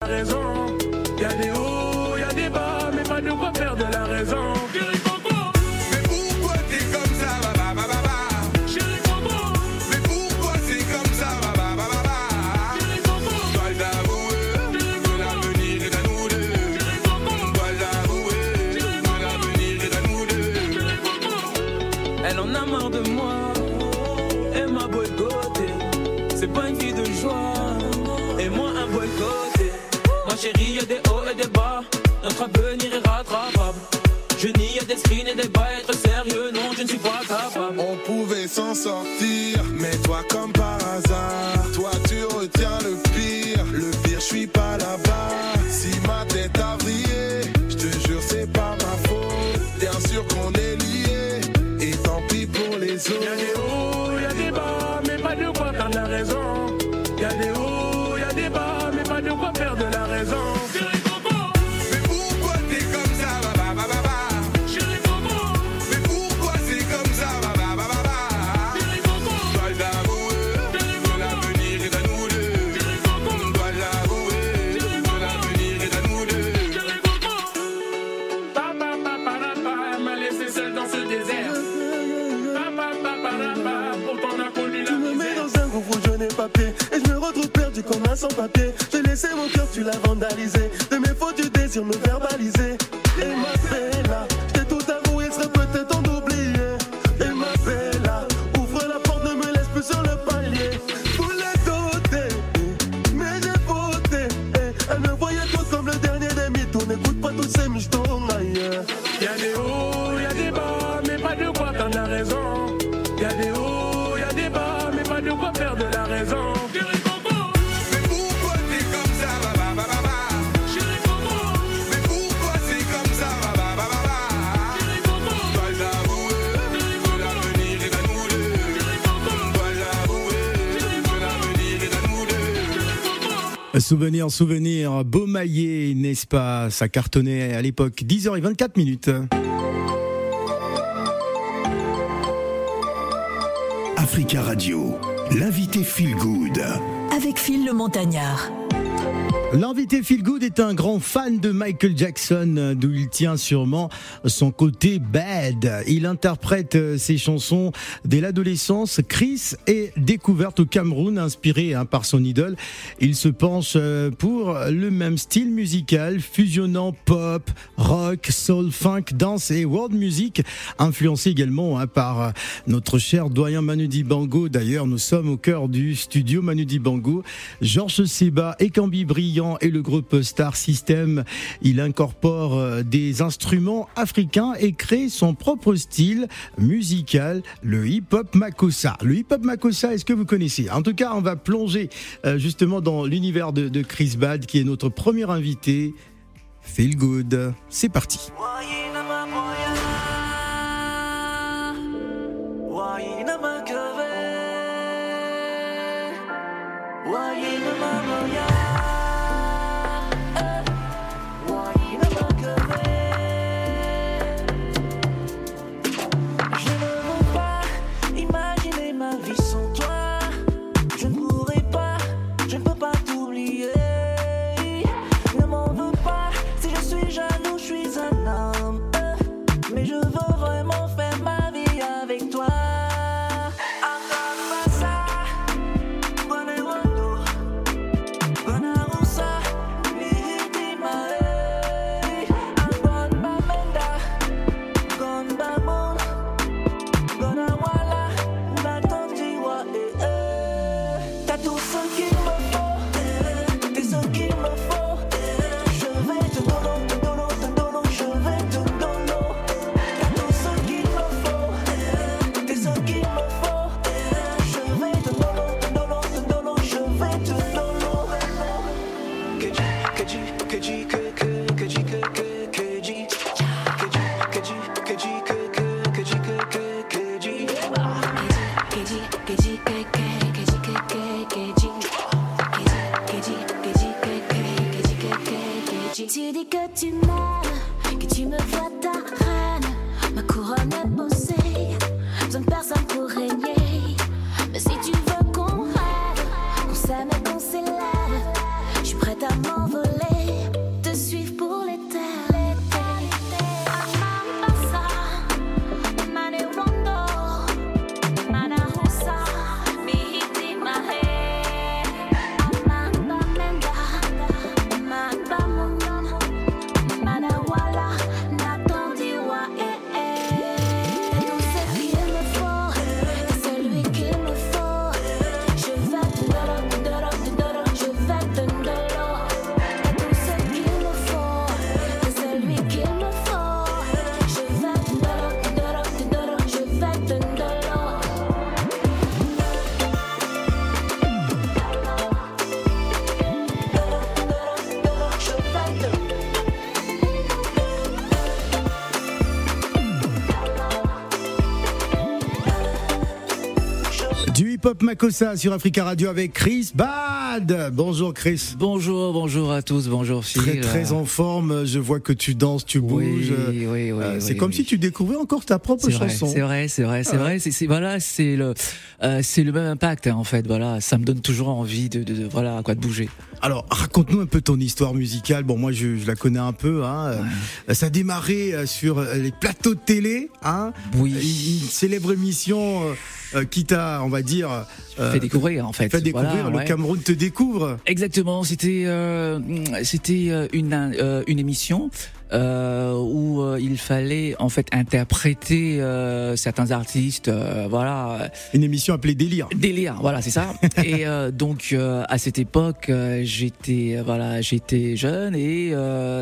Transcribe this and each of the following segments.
raison. Y'a des hauts, y'a des bas, mais pas de quoi perdre la raison. Chérie Coco, mais pourquoi t'es comme ça, ba ba ba ba. Chérie Coco, mais pourquoi c'est comme ça, ba ba ba ba. Chérie Coco, dois l'avouer, que l'avenir est à nous deux. Chérie Coco, dois l'avouer, que l'avenir est à nous deux. Chérie Coco, elle en a marre de moi, elle m'a boycotté. C'est pas une fille de joie, et moi un boycotté. Ma chérie, y'a des hauts et des bas, notre avenir est rattrapable. Je nie y'a des screens et des bas, être sérieux, non, je ne suis pas capable. On pouvait s'en sortir, mais toi comme par hasard, toi tu retiens le pire, je suis pas là-bas. Si ma tête a vrillé, je te jure c'est pas ma faute. Bien sûr qu'on est liés, et tant pis pour les autres. Y'a des hauts, y'a des bas, mais pas de quoi perdre la raison. Y'a des hauts, y'a des bas, mais pas de quoi perdre la raison. Chérie Coco, mais pourquoi t'es comme ça, ba ba ba ba. Chérie Coco, mais pourquoi c'est comme ça, ba ba ba ba. Chérie Coco, dois l'avouer, que l'avenir est à nous deux. Chérie Coco, dois l'avouer, que l'avenir est à nous deux. Chérie Coco, papa papa papa, elle m'a laissé seule dans ce désert. Papa papa papa, pourtant on a connu la misère. Tu me mets dans un gouffre où je n'ai pas pied, et je me retrouve perdu comme un sans-papier. J'ai laissé mon cœur, tu l'as vandalisé. De mes fautes, tu désires me verbaliser. Et ma bella, j'ai tout avoué, il serait peut-être temps d'oublier. Et ma bella, ouvre la porte, ne me laisse plus sur le palier. Voulais doter, mais j'ai voté. Elle me voyait tout comme le dernier des mythos. N'écoute pas tous ces michtos ailleurs. Y'a des hauts, y'a des bas, mais pas de quoi perdre la raison. Y'a des hauts, y'a des bas, mais pas de quoi perdre la raison. Chérie Coco, mais pourquoi t'es comme ça, ba ba ba ba. Chérie Coco, mais pourquoi c'est comme ça, ba ba ba ba. Chérie Coco, dois l'avouer, que l'avenir est à nous deux. Chérie Coco, dois l'avouer, que l'avenir est à nous deux. Souvenir, souvenir, Beaumaillé, n'est-ce pas? Ça cartonnait à l'époque, 10h24. Africa Radio, l'invité Feel Good. Avec Phil le Montagnard. L'invité Feel Good est un grand fan de Michael Jackson, d'où il tient sûrement son côté bad. Il interprète ses chansons dès l'adolescence. Chris est découverte au Cameroun, inspiré par son idole. Il se penche pour le même style musical, fusionnant pop, rock, soul, funk, dance et world music, influencé également par notre cher doyen Manu Dibango. D'ailleurs, nous sommes au cœur du studio Manu Dibango. Georges Seba et Cambi Brillant et le groupe Star System. Il incorpore des instruments africains et crée son propre style musical, le hip-hop Makossa. Le hip-hop Makossa, est-ce que vous connaissez? En tout cas, on va plonger justement dans l'univers de Chris Bad, qui est notre premier invité. Feel Good, c'est parti. Tu dis que tu m'aimes, que tu me vois ta reine. Ma couronne est posée, besoin de personne pour régner. Mais si tu veux qu'on rêve, qu'on s'aime et qu'on s'élève, je suis prête à m'envoler. hip-hop Makossa sur Africa Radio avec Chris Bad. Bonjour Chris. Bonjour à tous, bonjour Phil. Très en forme, je vois que tu danses, tu bouges. Oui, c'est comme si tu découvrais encore ta propre chanson. C'est vrai. C'est le même impact en fait. Voilà, ça me donne toujours envie de bouger. Alors, raconte-nous un peu ton histoire musicale. Bon, moi, je la connais un peu. Ça a démarré sur les plateaux de télé. Oui. Une célèbre émission qui t'a, on va dire, fait découvrir en fait. Fait découvrir. Le Cameroun te découvre. Exactement. C'était une émission. Où il fallait en fait interpréter certains artistes, Une émission appelée Délire. Délire, voilà, c'est ça. Et donc à cette époque, j'étais jeune et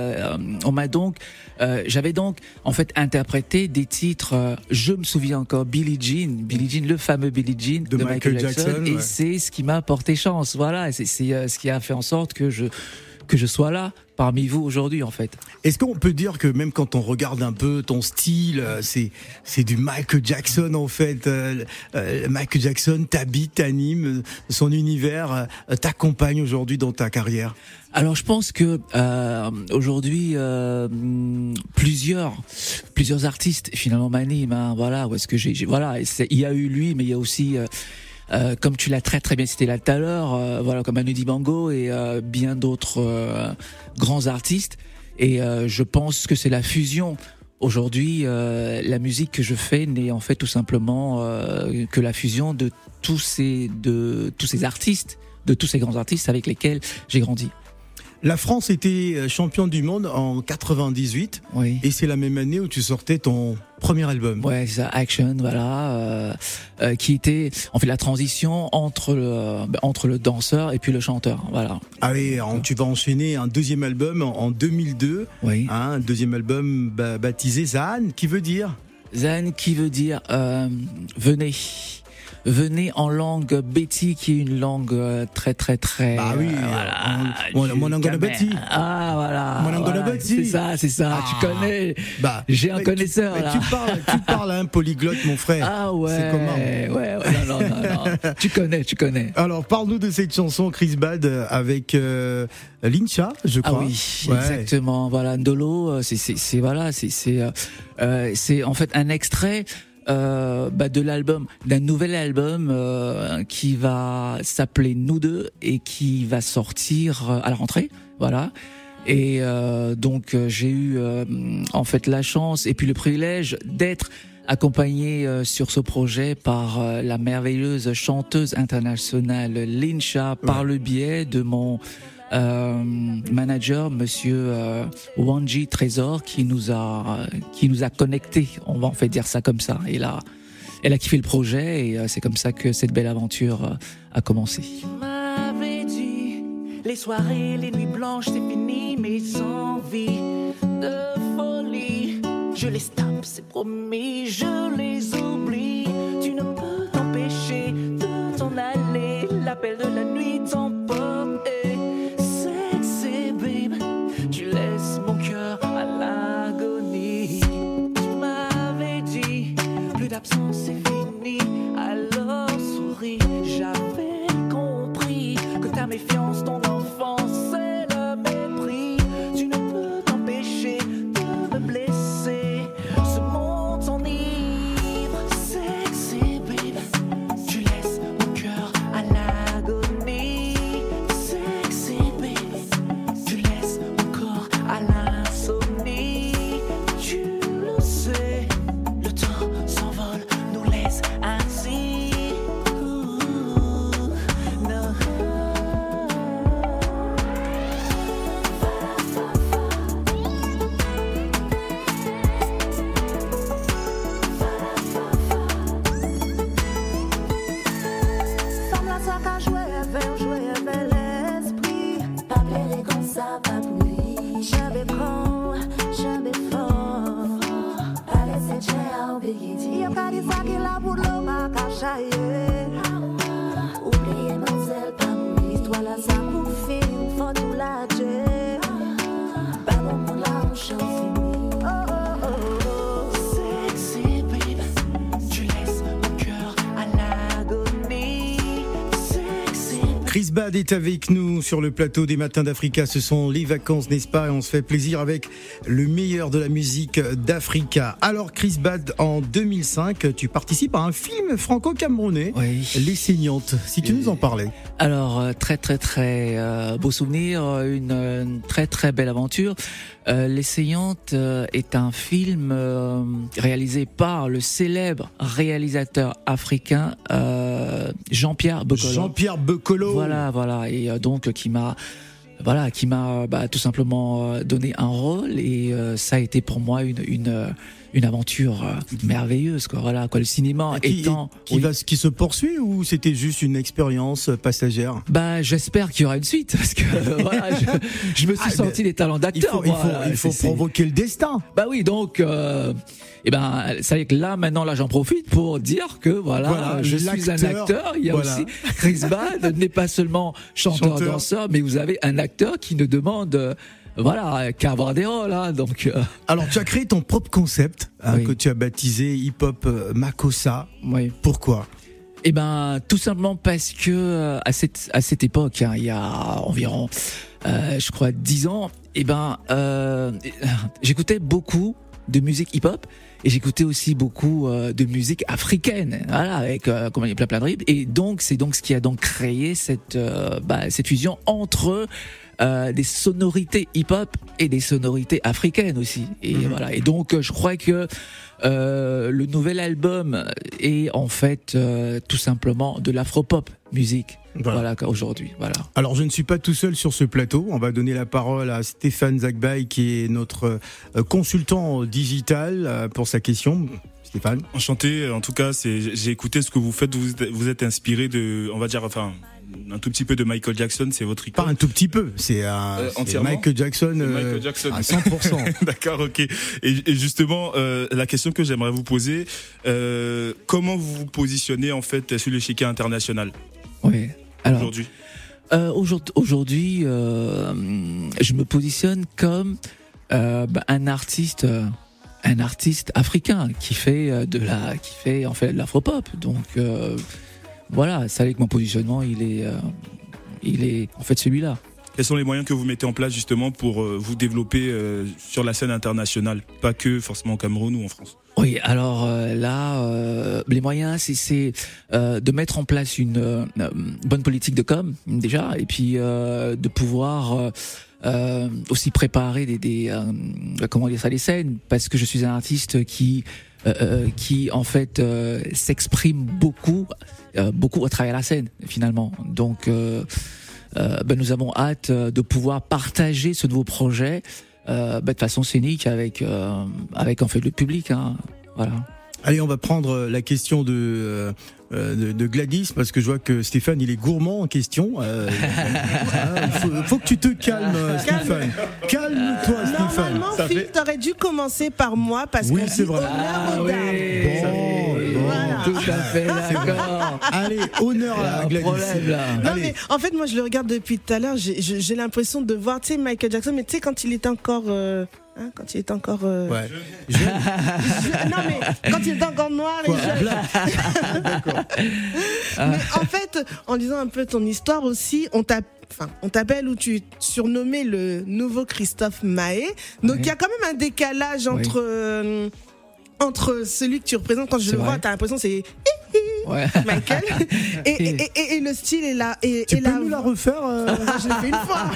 j'avais donc en fait interprété des titres. Je me souviens encore Billie Jean, le fameux Billie Jean de Michael Jackson, et c'est ce qui m'a porté chance. Voilà, c'est ce qui a fait en sorte que je sois là parmi vous aujourd'hui en fait. Est-ce qu'on peut dire que même quand on regarde un peu ton style, c'est du Michael Jackson en fait. Michael Jackson t'habite, t'anime, son univers t'accompagne aujourd'hui dans ta carrière. Alors je pense que aujourd'hui plusieurs artistes finalement m'animent. Où est-ce que il y a eu lui, mais il y a aussi comme tu l'as très bien cité là tout à l'heure, comme Manu Dibango et bien d'autres grands artistes. Et je pense que c'est la fusion. Aujourd'hui, la musique que je fais n'est en fait tout simplement que la fusion de tous ces artistes, de tous ces grands artistes avec lesquels j'ai grandi. La France était championne du monde en 98, oui. Et c'est la même année où tu sortais ton premier album. Ouais, c'est ça, Action, qui était en fait la transition entre le danseur et puis le chanteur, voilà. Ah oui, tu vas enchaîner un deuxième album en 2002, oui. Un deuxième album baptisé Zan, qui veut dire venez. Venez en langue Betty, qui est une langue très très très. Ah oui. Mon langue Betty. Ah voilà. Mon langue Betty. C'est ça. Tu connais. J'ai un connaisseur là. Tu parles polyglotte, mon frère. Ah ouais. C'est comment? Ouais. Non. Tu connais. Alors parle-nous de cette chanson Chris Bad avec Lincha, je crois. Ah oui, ouais. Exactement. Voilà, Ndolo. C'est en fait un extrait. D'un nouvel album qui va s'appeler Nous deux et qui va sortir à la rentrée, voilà. Et donc j'ai eu en fait la chance et puis le privilège d'être accompagné sur ce projet par la merveilleuse chanteuse internationale Lincha, par le biais de mon manager monsieur Wanji Trésor qui nous a connectés, on va en fait dire ça comme ça. Et là, elle a kiffé le projet et c'est comme ça que cette belle aventure a commencé. Tu m'avais dit les soirées, les nuits blanches, c'est fini, mes envies de folie, je les tape, c'est promis, je les oublie. Tu ne peux t'empêcher de t'en aller, l'appel de la nuit t'emporte. Tu laisses mon cœur à l'agonie. Tu m'avais dit, plus d'absence c'est fini. Alors souris, j'avais compris que ta méfiance, ton enfance, c'est le mépris. Tu ne peux t'empêcher de me blesser. Ce monde s'enivre, sexy baby. Tu laisses mon cœur à l'agonie. Sexy baby. Tu laisses mon corps à l'insomnie. Tu le sais, le temps s'envole, nous laisse ainsi. Non. Femme la sac à jouer avec l'esprit. Pas plaider comme ça, pas bruit. J'avais grand, j'avais fort. Pas laisser cher, obéir. Y'a qu'à dire ça qu'il a pour l'eau, ma cachaille. Oubliez, mademoiselle, pas bruit. Toi là, ça confine, faut nous la dire. Pas bon, mon là, on chante fini. Sexy baby, tu laisses mon cœur à l'agonie. Chris Bad est avec nous sur le plateau des Matins d'Africa. Ce sont les vacances, n'est-ce pas? Et on se fait plaisir avec le meilleur de la musique d'Africa. Alors Chris Bad, en 2005, tu participes à un film franco-camerounais, Oui. Les Saignantes. Si tu nous en parlais. Alors très beau souvenir, une très très belle aventure. Les Saignantes est un film réalisé par le célèbre réalisateur africain Jean-Pierre Bokolo. Jean-Pierre Bokolo. Voilà, et donc qui m'a tout simplement donné un rôle, et ça a été pour moi une aventure merveilleuse, quoi. Voilà, quoi. Le cinéma étant qui se poursuit, ou c'était juste une expérience passagère? J'espère qu'il y aura une suite, parce que voilà, je me suis senti des talents d'acteur. Il faut provoquer le destin. Oui, donc c'est vrai que là j'en profite pour dire que voilà je suis un acteur. Il y a aussi Chris Bad n'est pas seulement chanteur danseur, mais vous avez un acteur qui ne demande qu'à avoir des rôles, hein, donc. Alors tu as créé ton propre concept que tu as baptisé Hip Hop Makossa. Oui. Pourquoi? Tout simplement parce que à cette époque, il y a environ je crois 10 ans, j'écoutais beaucoup de musique hip-hop, et j'écoutais aussi beaucoup de musique africaine, voilà, avec il y a plein de rythmes, et donc c'est ce qui a donc créé cette fusion entre des sonorités hip-hop et des sonorités africaines aussi, et voilà, et donc je crois que le nouvel album est en fait tout simplement de l'afro-pop musique. Voilà aujourd'hui. Voilà. Alors je ne suis pas tout seul sur ce plateau. On va donner la parole à Stéphane Zagbay, qui est notre consultant digital pour sa question. Stéphane. Enchanté. En tout cas, j'ai écouté ce que vous faites. Vous êtes inspiré de, on va dire, un tout petit peu de Michael Jackson. C'est votre icône. Pas un tout petit peu. C'est Michael Jackson, à 100%. D'accord, ok. Et justement, la question que j'aimerais vous poser, comment vous vous positionnez en fait sur l'échiquier international? Oui. Alors, aujourd'hui, je me positionne comme un artiste africain qui fait en fait de l'afropop. Donc voilà, c'est vrai que mon positionnement il est en fait celui-là. Quels sont les moyens que vous mettez en place justement pour vous développer sur la scène internationale, pas que forcément au Cameroun ou en France? Oui, alors les moyens, c'est de mettre en place une bonne politique de com déjà, et puis de pouvoir aussi préparer des scènes, parce que je suis un artiste qui en fait s'exprime beaucoup à travers la scène finalement. Donc nous avons hâte de pouvoir partager ce nouveau projet de façon scénique avec en fait le public, hein. Voilà. Allez, on va prendre la question de Gladys, parce que je vois que Stéphane il est gourmand en question. Il faut que tu te calmes, Stéphane. Calme-toi, Stéphane. Normalement, Phil, t'aurais dû commencer par moi, parce oui, qu'on c'est dit vrai. honneur aux dames. Voilà. Tout à fait d'accord. Allez, honneur à Gladys. Problème, là. Non, mais en fait, moi, je le regarde depuis tout à l'heure. J'ai l'impression de voir, tu sais, Michael Jackson, mais tu sais, quand il était encore. Ouais. Non, mais quand il était encore noir et jeune. D'accord. Mais en fait, en lisant un peu ton histoire aussi, on t'appelle, ou tu es surnommé le nouveau Christophe Maé. Donc il y a quand même un décalage entre celui que tu représentes. Quand je le vois, t'as l'impression que c'est Michael, et le style est là. Tu peux nous la refaire? Je l'ai fait une fois.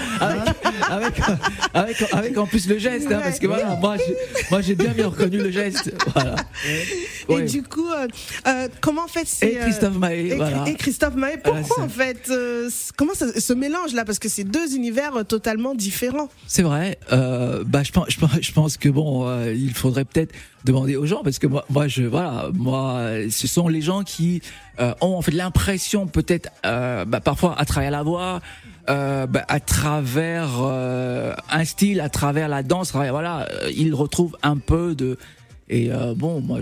Avec en plus le geste, hein, parce que voilà, moi j'ai bien reconnu le geste. Voilà. Et du coup, comment en fait c'est et Christophe Maé, voilà. Et Christophe Maé, pourquoi en fait comment ça se mélange là, parce que c'est deux univers totalement différents. C'est vrai. Je pense que il faudrait peut-être demander aux gens, parce que moi ce sont les gens qui ont en fait l'impression, peut-être parfois à travers la voix, à travers un style, à travers la danse, ils retrouvent un peu de. Et moi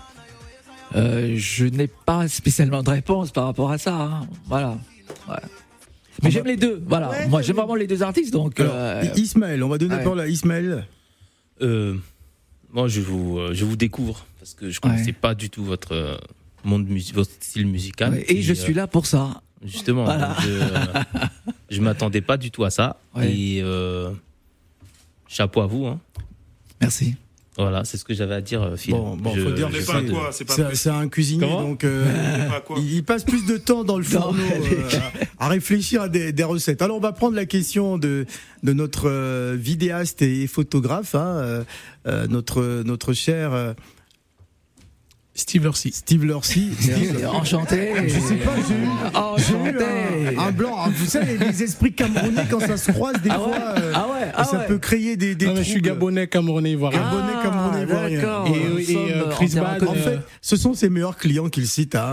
je n'ai pas spécialement de réponse par rapport à ça, hein. Voilà. Mais j'aime les deux, voilà. Ouais, moi j'aime vraiment les deux artistes, donc. Alors, Ismaël, on va donner la parole à Ismaël. Moi, je vous découvre, parce que je connaissais pas du tout votre monde votre style musical. Et je suis là pour ça. justement. Voilà. Je m'attendais pas du tout à ça. Ouais. Et chapeau à vous. Hein. Merci. Voilà, c'est ce que j'avais à dire, Phil. Bon, faut dire Mais que pas quoi, c'est pas c'est un cuisinier, Comment donc pas quoi. il passe plus de temps dans le fourneau à réfléchir à des recettes. Alors on va prendre la question de notre vidéaste et photographe, hein, notre cher Steve Lorcy. Steve Lorcy. Enchanté. Je sais pas, j'ai eu un blanc. Vous savez, les esprits camerounais, quand ça se croise, des fois, ça peut créer des Non, mais je suis troubles. gabonais, camerounais, ivoirien. Gabonais, camerounais, ivoirien. D'accord. Et Chris Bad, En fait, ce sont ses meilleurs clients qu'il cite. Hein.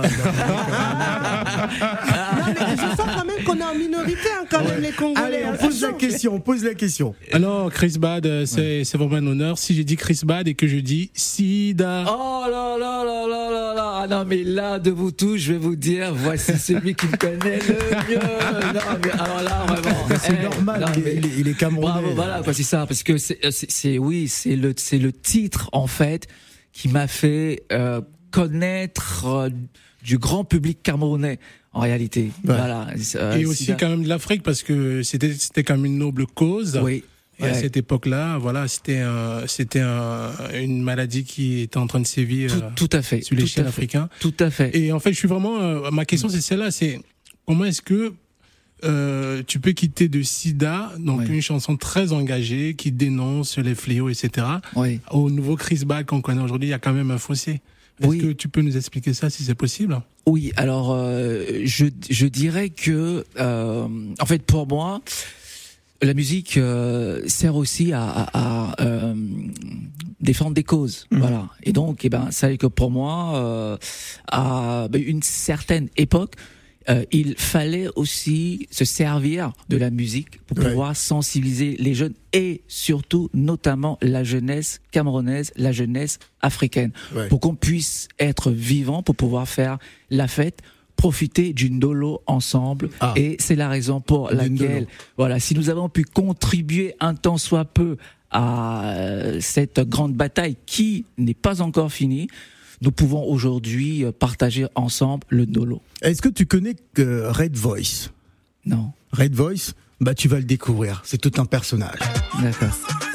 Non, mais je sens quand même qu'on est en minorité, hein, quand même, les Congolais. Allez, hein, on ça pose la question. Alors, Chris Bad, c'est vraiment un honneur. Si j'ai dit Chris Bad et que je dis Sida. Oh là là là là là là. Ah non, mais là, de vous tous, je vais vous dire, voici celui qui me connaît le mieux. Non, mais alors là, vraiment. C'est normal, non, mais- il est camerounais. Bravo, voilà, quoi, c'est ça, parce que c'est le titre, en fait, qui m'a fait connaître du grand public camerounais, en réalité. Voilà. Et aussi quand même de l'Afrique, parce que c'était quand même une noble cause. Oui. Et à cette époque-là, voilà, c'était une maladie qui était en train de sévir Tout à fait. sur les tout chaînes à fait, africains. Tout à fait. Et en fait, je suis vraiment. Ma question, c'est celle-là, c'est comment est-ce que tu peux quitter de Sida, donc Oui. une chanson très engagée qui dénonce les fléaux, etc. Oui. Au nouveau Chris Bad qu'on connaît aujourd'hui, il y a quand même un fossé. Est-ce Oui. que tu peux nous expliquer ça, si c'est possible? Oui, alors je dirais que en fait pour moi la musique sert aussi à défendre des causes, voilà. Et donc c'est vrai que pour moi à une certaine époque il fallait aussi se servir de la musique pour pouvoir sensibiliser les jeunes et surtout, notamment, la jeunesse camerounaise, la jeunesse africaine, pour qu'on puisse être vivant, pour pouvoir faire la fête, profiter du Ndolo ensemble. Et c'est la raison pour laquelle, voilà, si nous avons pu contribuer un tant soit peu à cette grande bataille qui n'est pas encore finie, nous pouvons aujourd'hui partager ensemble le Ndolo. Est-ce que tu connais Red Voice? Non. Red Voice, tu vas le découvrir. C'est tout un personnage. D'accord.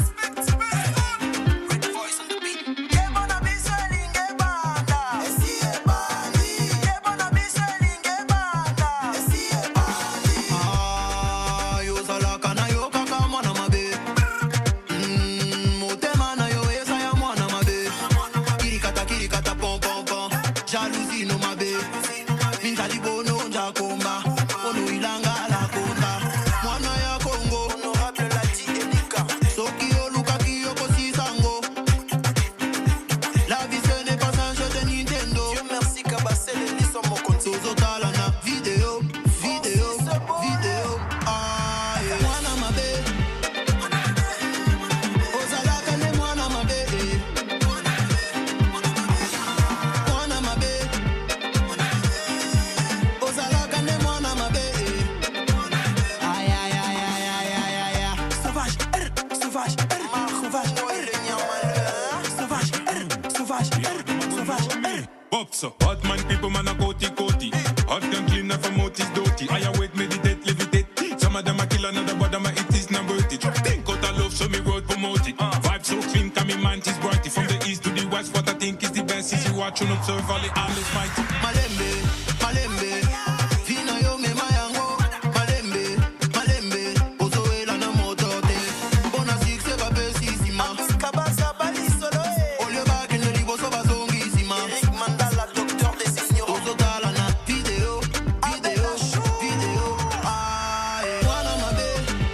Hot man, people man a coaty coaty. Hot and clean from out is dirty. I await, meditate, levitate. Some of them a kill, another but them a it is not worth it. Think out of love, so me word promote it. Vibe so clean, come me mind is bright. From the east to the west, what I think is the best is you watch and observe all the alles mighty. Malembe, malembe. Vina yo me mayango. Malembe, malembe. Ozoela na motote. Bona six eva pesissima. Kabasa bali solo. Olio bag in the libo so bazongissima. Eric Mandala, docteur des ignorants. Ozotalana. Vidéo, vidéo, vidéo. Aye. Mwana mabe.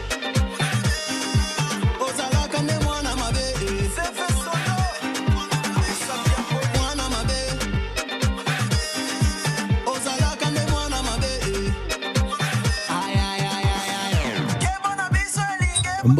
Ozala kane mwana mabe. Fefe solo. Mwana mabe.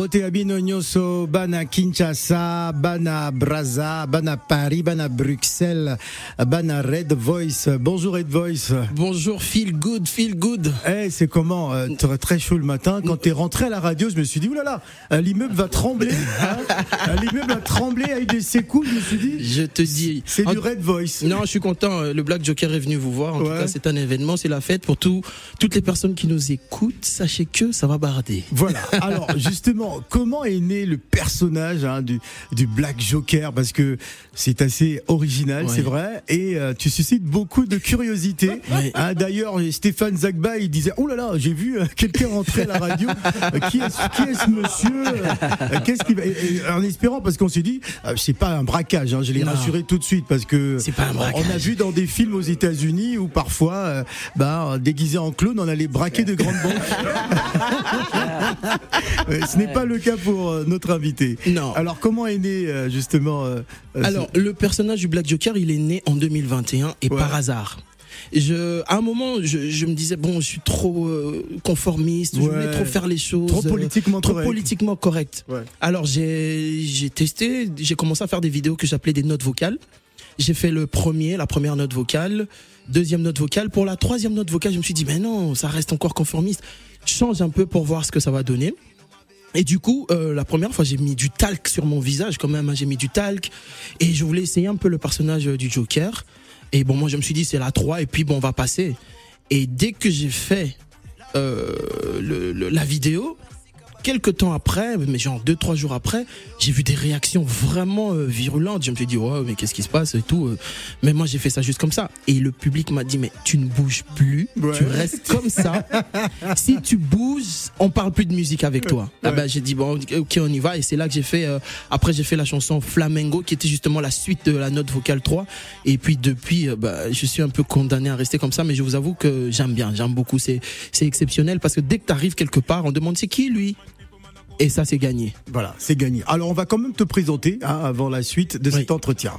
Bote abino nyoso bana Kinshasa, bana Brazza, bana Paris, bana Bruxelles, bana Red Voice. Bonjour Red Voice. Bonjour, feel good. C'est comment très chaud le matin. Quand t'es rentré à la radio, je me suis dit oulala, l'immeuble va trembler. L'immeuble va trembler avec des secoues. Je me suis dit. Je te dis. C'est du Red Voice. Non, je suis content. Le Black Joker est venu vous voir. En tout cas, c'est un événement, c'est la fête pour toutes les personnes qui nous écoutent. Sachez que ça va barder. Voilà. Alors justement, comment est né le personnage du Black Joker? Parce que c'est assez original, c'est vrai, et tu suscites beaucoup de curiosité. D'ailleurs, Stéphane Zagba, il disait oh là là, j'ai vu quelqu'un rentrer à la radio. Qui est ce monsieur? Qu'est-ce qu'il va... En espérant, parce qu'on s'est dit c'est pas un braquage. Je l'ai rassuré tout de suite parce que c'est pas un braquage. On a vu dans des films aux États-Unis où parfois, déguisé en clown, on allait braquer de grandes banques. Ce n'est pas le cas pour notre invité. Non. Alors comment est né justement Alors le personnage du Black Joker, il est né en 2021 et par hasard. À un moment, je me disais bon, je suis trop conformiste, je voulais trop faire les choses, trop politiquement correct. Alors j'ai testé, j'ai commencé à faire des vidéos que j'appelais des notes vocales. J'ai fait la première note vocale, deuxième note vocale. Pour la troisième note vocale, je me suis dit mais non, ça reste encore conformiste. Je change un peu pour voir ce que ça va donner. Et du coup, la première fois, j'ai mis du talc sur mon visage quand même. J'ai mis du talc et je voulais essayer un peu le personnage du Joker. Et bon, moi, je me suis dit, c'est la 3 et puis bon, on va passer. Et dès que j'ai fait la vidéo, quelques temps après, mais genre 2-3 jours après, j'ai vu des réactions vraiment virulentes. Je me suis dit, ouais, mais qu'est-ce qui se passe et tout. Mais moi, j'ai fait ça juste comme ça. Et le public m'a dit, mais tu ne bouges plus, tu restes comme ça. Si tu bouges, on parle plus de musique avec toi. J'ai dit, bon, ok, on y va. Et c'est là que j'ai fait, après, j'ai fait la chanson Flamengo, qui était justement la suite de la note vocale 3. Et puis, depuis, je suis un peu condamné à rester comme ça, mais je vous avoue que j'aime beaucoup. C'est exceptionnel parce que dès que tu arrives quelque part, on demande, c'est qui lui? Et ça, c'est gagné. Voilà, c'est gagné. Alors, on va quand même te présenter avant la suite de cet entretien.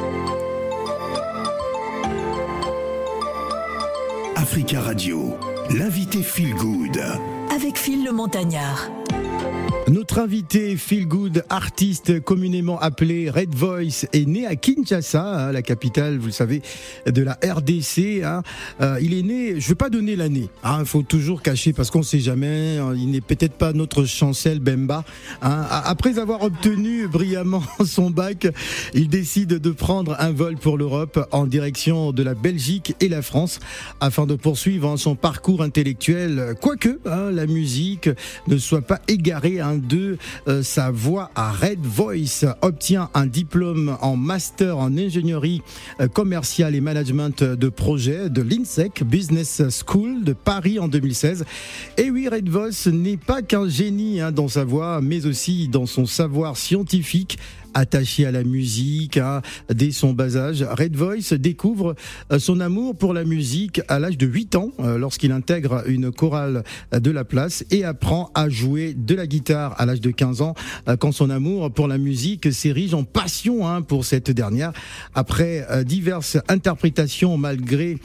Africa Radio, l'invité Feel Good. Avec Phil le Montagnard. Notre invité Feel Good, artiste communément appelé Red Voice, est né à Kinshasa, la capitale, vous le savez, de la RDC. Il est né, je ne vais pas donner l'année, il faut toujours cacher parce qu'on ne sait jamais, il n'est peut-être pas notre Chancel Bemba. Après avoir obtenu brillamment son bac, il décide de prendre un vol pour l'Europe en direction de la Belgique et la France afin de poursuivre son parcours intellectuel, quoique la musique ne soit pas égarée de sa voix à Red Voice, obtient un diplôme en master en ingénierie commerciale et management de projet de l'INSEC Business School de Paris en 2016. Et oui, Red Voice n'est pas qu'un génie dans sa voix, mais aussi dans son savoir scientifique. Attaché à la musique dès son bas âge, Red Voice découvre son amour pour la musique à l'âge de 8 ans lorsqu'il intègre une chorale de la place et apprend à jouer de la guitare à l'âge de 15 ans quand son amour pour la musique s'érige en passion pour cette dernière. Après diverses interprétations malgré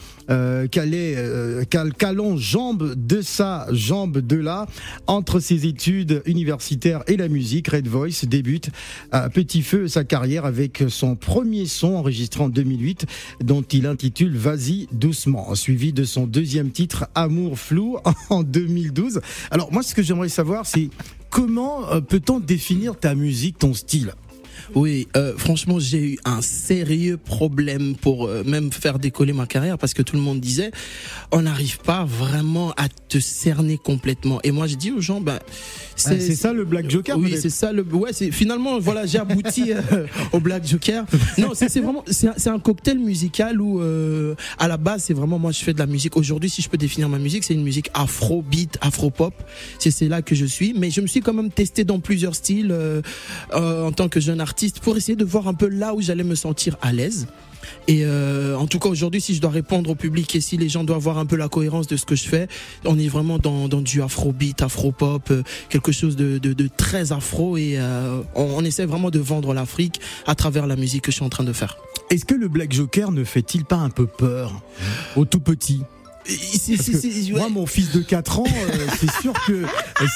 qu'allant jambe de ça, jambe de là, entre ses études universitaires et la musique, Red Voice débute à petit feu sa carrière avec son premier son enregistré en 2008 dont il intitule Vas-y doucement, suivi de son deuxième titre Amour flou en 2012. Alors moi ce que j'aimerais savoir c'est comment peut-on définir ta musique, ton style ? Oui, franchement, j'ai eu un sérieux problème pour même faire décoller ma carrière parce que tout le monde disait on n'arrive pas vraiment à te cerner complètement. Et moi, j'ai dit aux gens, c'est ça le Black Joker. Oui, c'est ça c'est finalement voilà, j'ai abouti au Black Joker. Non, c'est vraiment c'est un cocktail musical où à la base, c'est vraiment moi je fais de la musique. Aujourd'hui, si je peux définir ma musique, c'est une musique afro-beat, afro-pop. C'est là que je suis, mais je me suis quand même testé dans plusieurs styles en tant que jeune artiste pour essayer de voir un peu là où j'allais me sentir à l'aise. Et en tout cas aujourd'hui, si je dois répondre au public et si les gens doivent voir un peu la cohérence de ce que je fais, on est vraiment dans du afrobeat, afro-pop, quelque chose de très afro et on essaie vraiment de vendre l'Afrique à travers la musique que je suis en train de faire. Est-ce que le Black Joker ne fait-il pas un peu peur au tout petit ? Moi, mon fils de 4 ans, c'est sûr que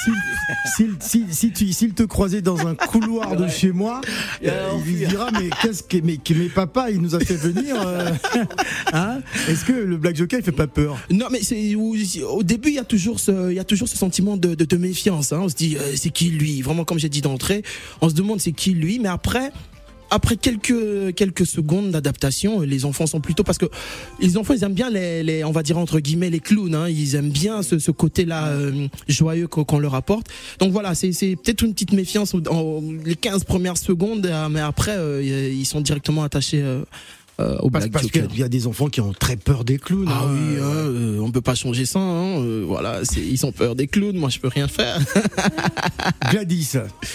s'il te croisait dans un couloir de chez moi, il lui dira mais papa, il nous a fait venir. Hein? Est-ce que le Black Joker il fait pas peur? Non, mais au début il y a toujours ce sentiment de méfiance. Hein. On se dit c'est qui lui? Vraiment, comme j'ai dit d'entrée, on se demande c'est qui lui. Mais après quelques secondes d'adaptation, les enfants sont plutôt, parce que les enfants ils aiment bien les on va dire entre guillemets les clowns, hein, ils aiment bien ce côté-là joyeux qu'on leur apporte. Donc voilà, c'est peut-être une petite méfiance les 15 premières secondes, mais après ils sont directement attachés au Black parce Joker. qu'il y a des enfants qui ont très peur des clowns. Ah oui, on peut pas changer ça. Hein, voilà, ils ont peur des clowns. Moi, je peux rien faire. Gladys.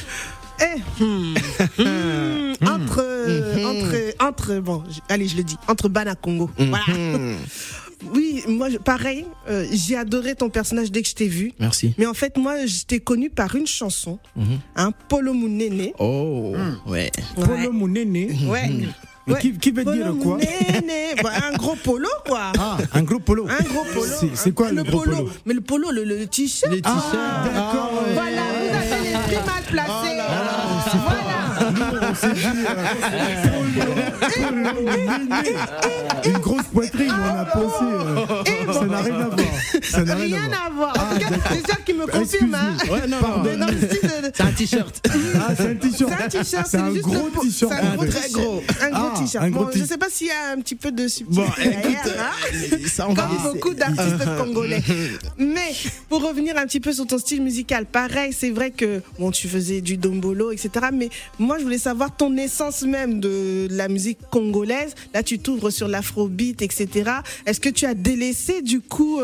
Entre Bana Congo. Voilà. Oui, moi, pareil, j'ai adoré ton personnage dès que je t'ai vu. Merci. Mais en fait, moi, je t'ai connu par une chanson, Polo Mounene. Oh, ouais. Polo Mounene. Ouais. Mais qui veut dire quoi? Un gros polo, quoi. Ah, un gros polo. Un gros polo. C'est quoi le gros polo? Mais le polo, le t-shirt. Les t-shirts. D'accord. Voilà, vous avez l'esprit mal placé. Une grosse poitrine, on a pensé. Ça n'a rien à voir. Ça n'a rien à voir. En tout cas, c'est ça qui me confirme. Ouais, non, c'est un t-shirt. Ah, c'est un t-shirt. C'est un t-shirt. C'est un gros t-shirt. Très gros. Un gros t-shirt. Bon, je sais pas s'il y a un petit peu de subtilité derrière. Ça, on va comme beaucoup d'artistes congolais. Mais pour revenir un petit peu sur ton style musical, pareil, c'est vrai que bon, tu faisais du dombolo, etc. Mais moi, je voulais savoir ton essence même de la musique congolaise. Là, tu t'ouvres sur l'afrobeat, etc. Est-ce que tu as délaissé du coup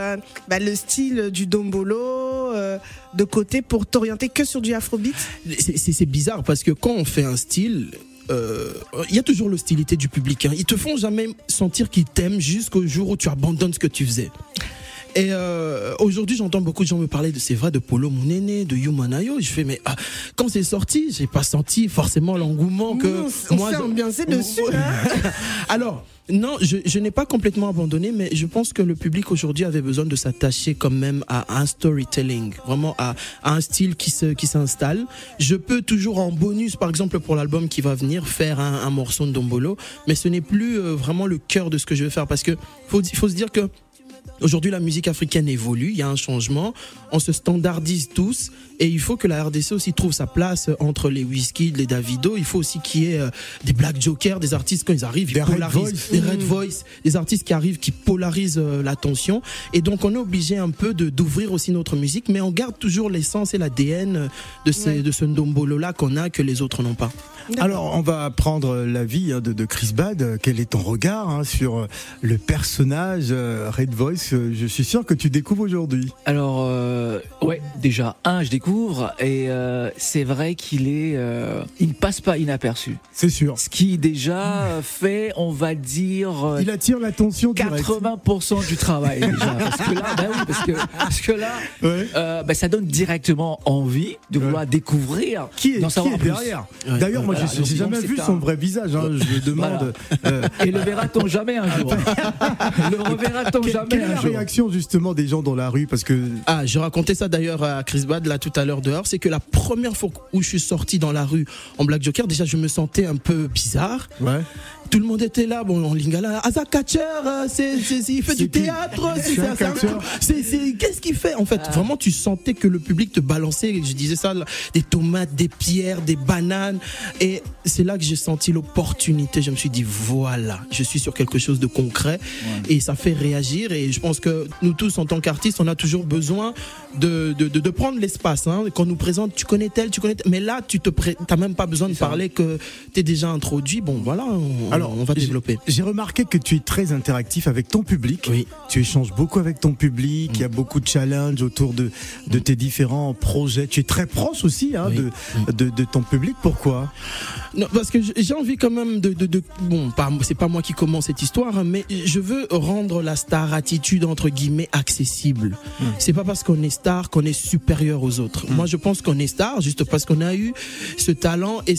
le style du dombolo de côté pour t'orienter que sur du afrobeat? C'est bizarre parce que quand on fait un style, il y a toujours l'hostilité du public. Hein. Ils te font jamais sentir qu'ils t'aiment jusqu'au jour où tu abandonnes ce que tu faisais. Et aujourd'hui, j'entends beaucoup de gens me parler de Polo Mounene, de Yumanayo. Je fais, mais quand c'est sorti, j'ai pas senti forcément l'engouement que moi. On s'est ambiancé dessus. Hein. Alors, non, je n'ai pas complètement abandonné, mais je pense que le public aujourd'hui avait besoin de s'attacher quand même à un storytelling, vraiment à un style qui s'installe. Je peux toujours en bonus, par exemple pour l'album qui va venir, faire un morceau de dombolo, mais ce n'est plus vraiment le cœur de ce que je vais faire, parce que faut se dire que aujourd'hui, la musique africaine évolue, il y a un changement, on se standardise tous et il faut que la RDC aussi trouve sa place entre les Wizkid, les Davido. Il faut aussi qu'il y ait des Black Jokers, des artistes quand ils arrivent, ils polarisent, des Red Voice, des artistes qui arrivent, qui polarisent l'attention. Et donc on est obligé un peu d'ouvrir aussi notre musique, mais on garde toujours l'essence et l'ADN de ce ndombolo-là qu'on a que les autres n'ont pas. Alors, on va prendre l'avis de Chris Bad. Quel est ton regard sur le personnage Red Voice? Je suis sûr que tu découvres aujourd'hui. Alors, ouais, déjà, je découvre, et c'est vrai qu'il il ne passe pas inaperçu. C'est sûr. Ce qui déjà fait, on va dire, il attire l'attention 80% du travail déjà. Parce que là, ça donne directement envie de vouloir découvrir, d'en savoir plus. Derrière. D'ailleurs, moi, j'ai jamais vu son vrai visage. Hein, je me demande. Et le verra-t-on jamais un jour? Le reverra-t-on jamais Quelle est la réaction justement des gens dans la rue? Parce que je racontais ça d'ailleurs à Chris Bad là tout à l'heure dehors. C'est que la première fois où je suis sorti dans la rue en Black Joker, déjà je me sentais un peu bizarre. Ouais. Tout le monde était là, en lingala. Asa Catcher, il fait du théâtre. Qu'est-ce qu'il fait? En fait, vraiment, tu sentais que le public te balançait. Je disais ça, des tomates, des pierres, des bananes. Et c'est là que j'ai senti l'opportunité. Je me suis dit, voilà, je suis sur quelque chose de concret. Ouais. Et ça fait réagir. Et je pense que nous tous, en tant qu'artistes, on a toujours besoin de prendre l'espace. Hein. Quand on nous présente, tu connais tel. Mais là, tu n'as même pas besoin de parler, que tu es déjà introduit. Bon, voilà. Alors, on va développer. J'ai remarqué que tu es très interactif avec ton public. Oui. Tu échanges beaucoup avec ton public. Il y a beaucoup de challenges autour de tes différents projets. Tu es très proche aussi de ton public. Pourquoi? Non, parce que j'ai envie quand même c'est pas moi qui commence cette histoire, mais je veux rendre la star attitude entre guillemets accessible. C'est pas parce qu'on est star qu'on est supérieur aux autres. Moi, je pense qu'on est star juste parce qu'on a eu ce talent et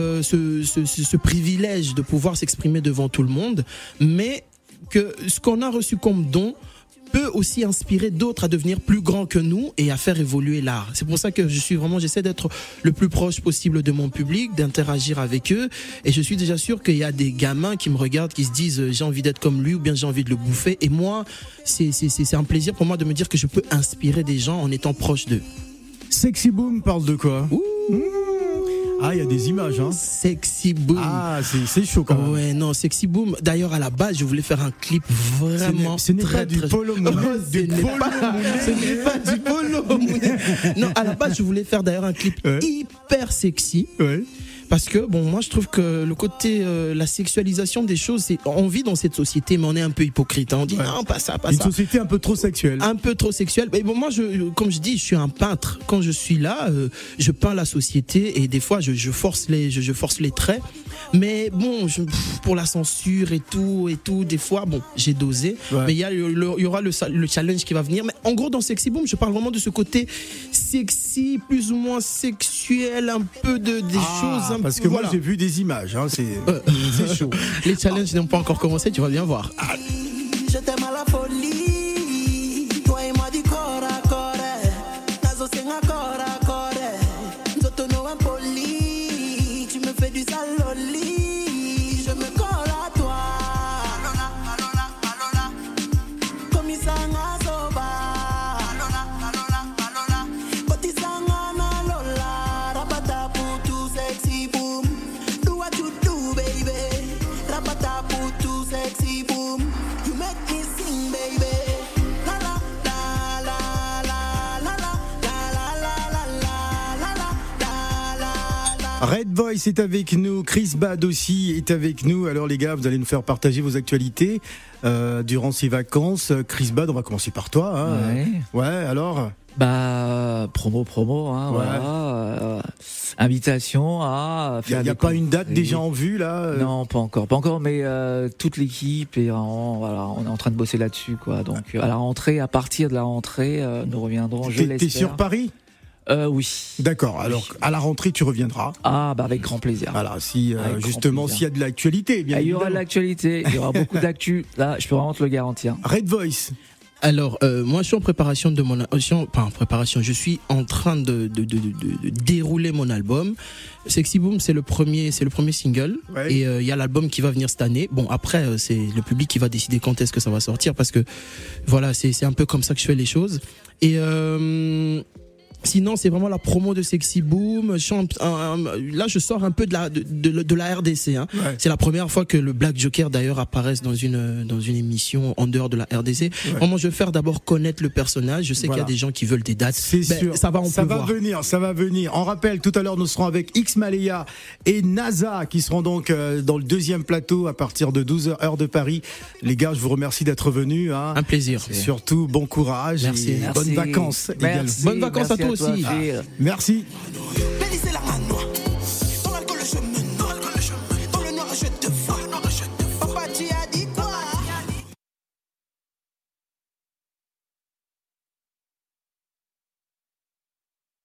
ce privilège de pouvoir s'exprimer devant tout le monde, mais que ce qu'on a reçu comme don, peut aussi inspirer d'autres à devenir plus grands que nous et à faire évoluer l'art. C'est pour ça que j'essaie d'être le plus proche possible de mon public, d'interagir avec eux, et je suis déjà sûr qu'il y a des gamins qui me regardent, qui se disent j'ai envie d'être comme lui ou bien j'ai envie de le bouffer, et moi c'est un plaisir pour moi de me dire que je peux inspirer des gens en étant proche d'eux. Sexy Boom parle de quoi? Ah, il y a des images, hein. Sexy Boom. Ah, c'est chaud quand même. Ouais, non, Sexy Boom. D'ailleurs, à la base, je voulais faire un clip vraiment ce n'est pas du Polo Mounet. Ce n'est pas du Polo Mounet. Non, à la base, je voulais faire d'ailleurs un clip hyper sexy. Ouais. Parce que, bon, moi, je trouve que le côté, la sexualisation des choses, on vit dans cette société, mais on est un peu hypocrite. Hein. On dit, non, pas ça, pas ça. Une société un peu trop sexuelle. Un peu trop sexuelle. Mais bon, moi, comme je dis, je suis un peintre. Quand je suis là, je peins la société et des fois, je force les traits. Mais bon, pour la censure et tout, des fois, bon, j'ai dosé. Ouais. Mais il y aura le challenge qui va venir. Mais en gros, dans Sexy Boom, je parle vraiment de ce côté sexy, plus ou moins sexuel, un peu des choses. Parce que moi j'ai vu des images, hein, c'est chaud. Les challenges n'ont pas encore commencé, tu vas bien voir. Je t'aime à la folie, toi et moi du corps à corps, nazo c'est un corps à corps, zotono impoli, tu me fais du saloli, je me colle à toi, comme il s'en a soba, quand il s'en a lola, rapata pour tout sexy boom, do what you do baby, rapata pour tout sexy boom, you make me sing baby, la la la la la la la la la la. Red Voice est avec nous, Chris Bad aussi est avec nous. Alors les gars, vous allez nous faire partager vos actualités durant ces vacances. Chris Bad, on va commencer par toi. Hein. Ouais, alors promo, hein, ouais. Voilà. Invitation à faire. Il n'y a pas une date déjà en vue là Non, pas encore, mais toute l'équipe est voilà, on est en train de bosser là-dessus, quoi. Donc à la rentrée, à partir de la rentrée, nous reviendrons. Je l'espère. T'es sur Paris? Oui. D'accord. Alors à la rentrée, tu reviendras. Ah avec grand plaisir. Voilà, si justement s'il y a de l'actualité, bien il y évidemment. aura de l'actualité, il y aura beaucoup d'actu. Là, je peux vraiment te le garantir. Red Voice. Alors, moi, je suis en préparation de mon, je suis en train de dérouler mon album. Sexy Boom, c'est le premier single. Ouais. Et il y a l'album qui va venir cette année. Bon, après, c'est le public qui va décider quand est-ce que ça va sortir, parce que voilà, c'est un peu comme ça que je fais les choses. Et sinon, c'est vraiment la promo de Sexy Boom. Là, je sors un peu de la RDC. Hein. Ouais. C'est la première fois que le Black Joker, d'ailleurs, apparaisse dans une émission en dehors de la RDC. Ouais. Vraiment, je vais faire d'abord connaître le personnage. Je sais qu'il y a des gens qui veulent des dates. C'est sûr. Ça va venir. On rappelle, tout à l'heure, nous serons avec X Malaya et NASA qui seront donc dans le deuxième plateau à partir de 12h heure de Paris. Les gars, je vous remercie d'être venus. Hein. Un plaisir. Surtout, bon courage. Merci. Bonnes vacances. Merci. Bonnes vacances à toi aussi. Merci.